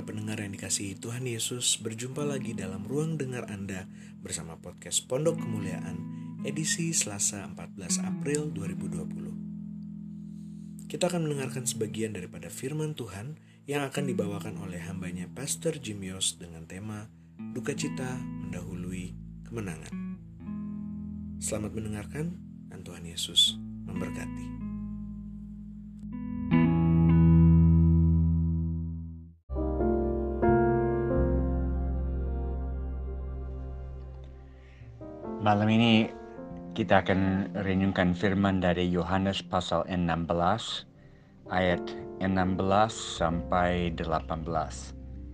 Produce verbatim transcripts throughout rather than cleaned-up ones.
pendengar yang dikasihi Tuhan Yesus, berjumpa lagi dalam ruang dengar Anda bersama podcast Pondok Kemuliaan edisi Selasa empat belas April dua ribu dua puluh. Kita akan mendengarkan sebagian daripada firman Tuhan yang akan dibawakan oleh hambanya Pastor Jim Yos dengan tema Duka Cita Mendahului Kemenangan. Selamat mendengarkan dan Tuhan Yesus memberkati. Malam ini kita akan renungkan firman dari Yohanes pasal enam belas ayat enam belas sampai delapan belas.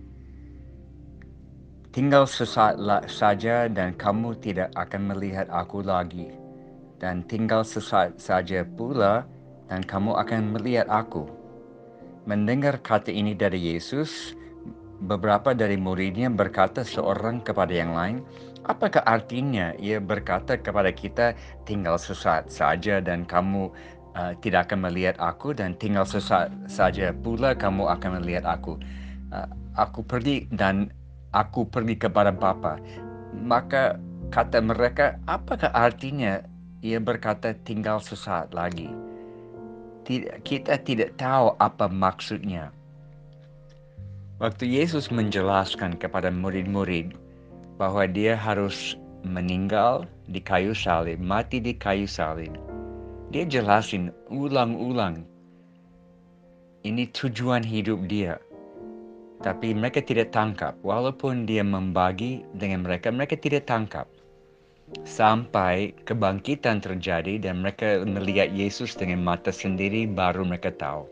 Tinggal sesaat saja dan kamu tidak akan melihat aku lagi, dan tinggal sesaat saja pula dan kamu akan melihat aku. Mendengar kata ini dari Yesus, beberapa dari muridnya berkata seorang kepada yang lain, apakah artinya ia berkata kepada kita, tinggal sesaat saja dan kamu uh, tidak akan melihat aku, dan tinggal sesaat saja pula kamu akan melihat aku. Uh, aku pergi dan aku pergi kepada Bapa. Maka kata mereka, apakah artinya ia berkata tinggal sesaat lagi? Tidak, kita tidak tahu apa maksudnya. Waktu Yesus menjelaskan kepada murid-murid bahwa dia harus meninggal di kayu salib, mati di kayu salib, dia jelasin ulang-ulang ini tujuan hidup dia. Tapi mereka tidak tangkap, walaupun dia membagi dengan mereka, mereka tidak tangkap. Sampai kebangkitan terjadi dan mereka melihat Yesus dengan mata sendiri, baru mereka tahu.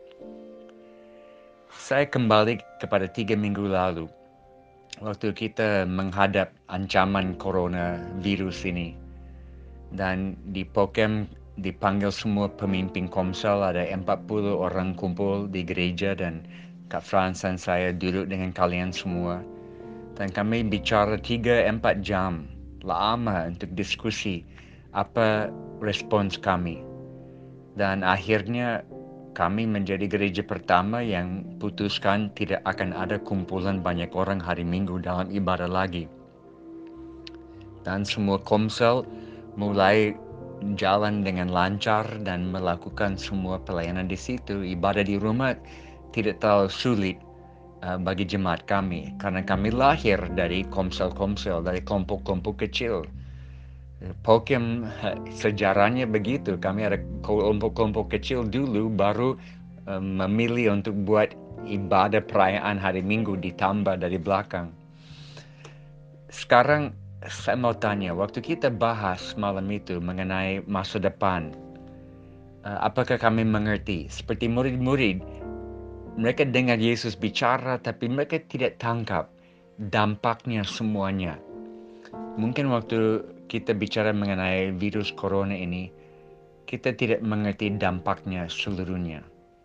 Saya kembali kepada tiga minggu lalu, waktu kita menghadap ancaman coronavirus ini. Dan di Pokem dipanggil semua pemimpin Komsel, ada empat puluh orang kumpul di gereja, dan Kak Frans dan saya duduk dengan kalian semua. Dan kami bicara tiga empat jam, lama untuk diskusi apa respons kami. Dan akhirnya kami menjadi gereja pertama yang putuskan tidak akan ada kumpulan banyak orang hari Minggu dalam ibadah lagi. Dan semua komsel mulai jalan dengan lancar dan melakukan semua pelayanan di situ. Ibadah di rumah tidak terlalu sulit uh, bagi jemaat kami, karena kami lahir dari komsel-komsel, dari kelompok-kelompok kecil. Pokem sejarahnya begitu, kami ada kelompok-kelompok kecil dulu, baru um, memilih untuk buat ibadah perayaan hari Minggu ditambah dari belakang. Sekarang saya mau tanya, waktu kita bahas malam itu mengenai masa depan, uh, apakah kami mengerti? Seperti murid-murid, mereka dengar Yesus bicara, tapi mereka tidak tangkap dampaknya semuanya. Mungkin waktu kita bicara mengenai virus corona ini, kita tidak mengerti dampaknya seluruhnya.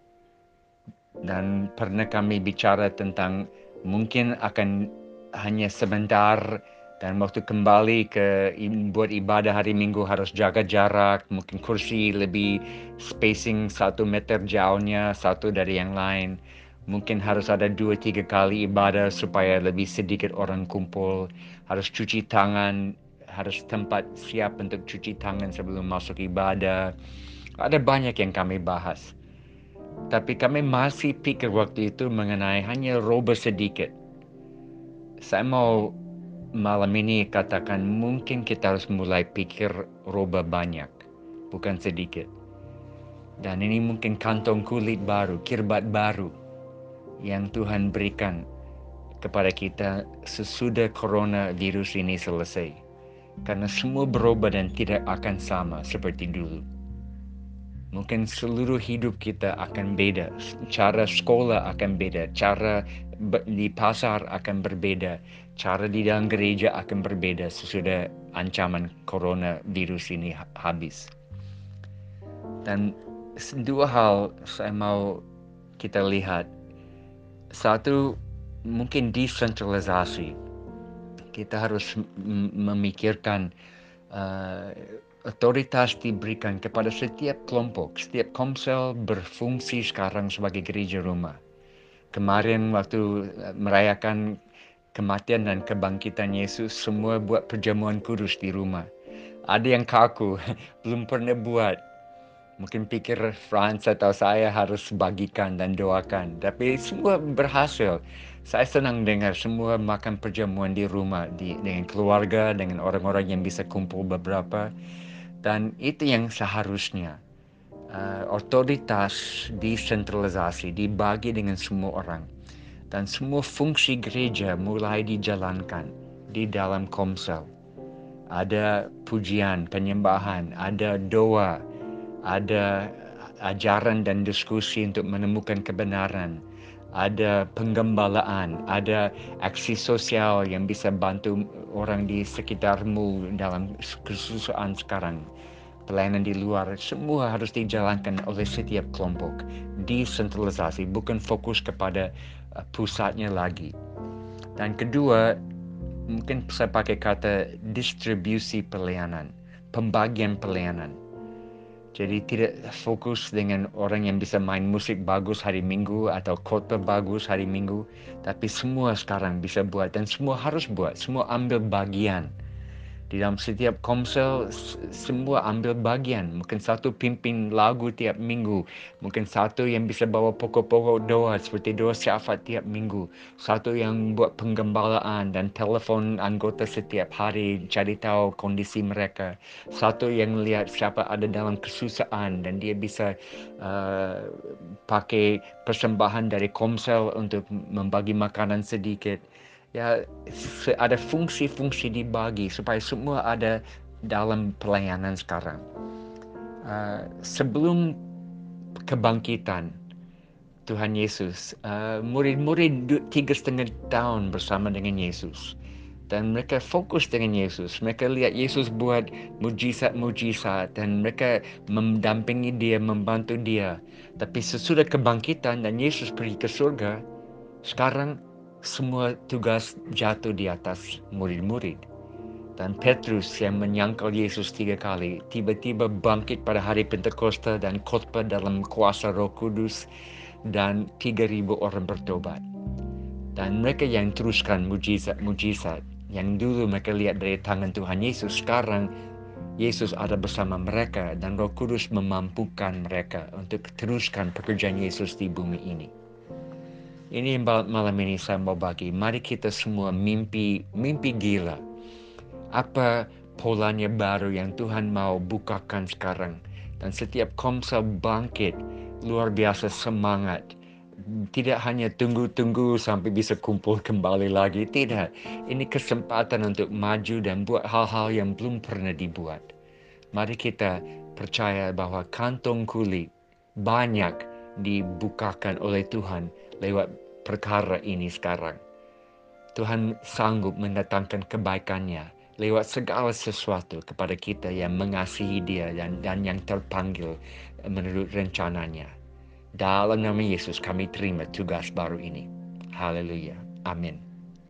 Dan pernah kami bicara tentang mungkin akan hanya sebentar, dan waktu kembali ke buat ibadah hari Minggu harus jaga jarak, mungkin kursi lebih spacing satu meter jauhnya satu dari yang lain. Mungkin harus ada dua tiga kali ibadah supaya lebih sedikit orang kumpul. Harus cuci tangan, harus tempat siap untuk cuci tangan sebelum masuk ibadah. Ada banyak yang kami bahas. Tapi kami masih pikir waktu itu mengenai hanya roba sedikit. Saya mau malam ini katakan mungkin kita harus mulai pikir roba banyak, bukan sedikit. Dan ini mungkin kantong kulit baru, kirbat baru yang Tuhan berikan kepada kita sesudah coronavirus ini selesai. Karena semua berubah dan tidak akan sama seperti dulu. Mungkin seluruh hidup kita akan beda, cara sekolah akan beda, cara di pasar akan berbeda, cara di dalam gereja akan berbeda sesudah ancaman coronavirus ini habis. Dan dua hal saya mau kita lihat. Satu, mungkin desentralisasi. Kita harus memikirkan uh, otoritas diberikan kepada setiap kelompok. Setiap komsel berfungsi sekarang sebagai gereja rumah. Kemarin waktu merayakan kematian dan kebangkitan Yesus, semua buat perjamuan kudus di rumah. Ada yang kaku, belum pernah buat. Mungkin pikir Franz atau saya harus bagikan dan doakan. Tapi semua berhasil. Saya senang dengar semua makan perjamuan di rumah. Di, dengan keluarga, dengan orang-orang yang bisa kumpul beberapa. Dan itu yang seharusnya. Uh, otoritas desentralisasi, dibagi dengan semua orang. Dan semua fungsi gereja mulai dijalankan di dalam komsel. Ada pujian, penyembahan, ada doa, ada ajaran dan diskusi untuk menemukan kebenaran, ada penggembalaan, ada aksi sosial yang bisa bantu orang di sekitarmu dalam kesusahan sekarang. Pelayanan di luar, semua harus dijalankan oleh setiap kelompok. Desentralisasi, bukan fokus kepada uh, pusatnya lagi. Dan kedua, mungkin saya pakai kata distribusi pelayanan, pembagian pelayanan. Jadi tidak fokus dengan orang yang bisa main musik bagus hari Minggu atau khotbah bagus hari Minggu, tapi semua sekarang bisa buat dan semua harus buat, semua ambil bagian. Di dalam setiap komsel, semua ambil bagian. Mungkin satu pimpin lagu tiap minggu. Mungkin satu yang bisa bawa pokok-pokok doa seperti doa syafaat tiap minggu. Satu yang buat penggembalaan dan telefon anggota setiap hari, cari tahu kondisi mereka. Satu yang lihat siapa ada dalam kesusahan dan dia bisa uh, pakai persembahan dari komsel untuk membagi makanan sedikit. Ya, ada fungsi-fungsi dibagi supaya semua ada dalam pelayanan sekarang. Uh, sebelum kebangkitan Tuhan Yesus, uh, murid-murid tiga setengah tahun bersama dengan Yesus. Dan mereka fokus dengan Yesus. Mereka lihat Yesus buat mujizat-mujizat dan mereka mendampingi dia, membantu dia. Tapi sesudah kebangkitan dan Yesus pergi ke surga, sekarang semua tugas jatuh di atas murid-murid. Dan Petrus yang menyangkal Yesus tiga kali, tiba-tiba bangkit pada hari Pentakosta dan khotbah dalam kuasa Roh Kudus dan tiga ribu orang bertobat. Dan mereka yang teruskan mujizat-mujizat yang dulu mereka lihat dari tangan Tuhan Yesus, sekarang Yesus ada bersama mereka dan Roh Kudus memampukan mereka untuk teruskan pekerjaan Yesus di bumi ini. Ini malam ini saya mau bagi, mari kita semua mimpi, mimpi gila. Apa polanya baru yang Tuhan mau bukakan sekarang. Dan setiap komsel bangkit, luar biasa semangat. Tidak hanya tunggu-tunggu sampai bisa kumpul kembali lagi, tidak. Ini kesempatan untuk maju dan buat hal-hal yang belum pernah dibuat. Mari kita percaya bahwa kantong kulit banyak dibukakan oleh Tuhan lewat perkara ini sekarang. Tuhan sanggup mendatangkan kebaikannya lewat segala sesuatu kepada kita yang mengasihi dia dan, dan yang terpanggil menurut rencananya. Dalam nama Yesus kami terima tugas baru ini. Haleluya. Amin.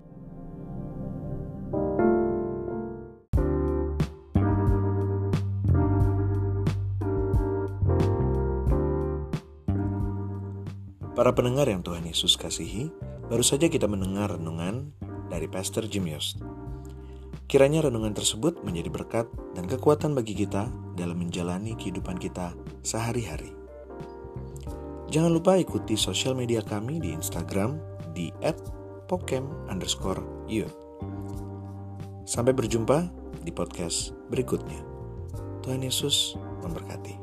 Para pendengar yang Tuhan Yesus kasihi, baru saja kita mendengar renungan dari Pastor Jim Yost. Kiranya renungan tersebut menjadi berkat dan kekuatan bagi kita dalam menjalani kehidupan kita sehari-hari. Jangan lupa ikuti sosial media kami di Instagram di et pokem underscore youth. Sampai berjumpa di podcast berikutnya. Tuhan Yesus memberkati.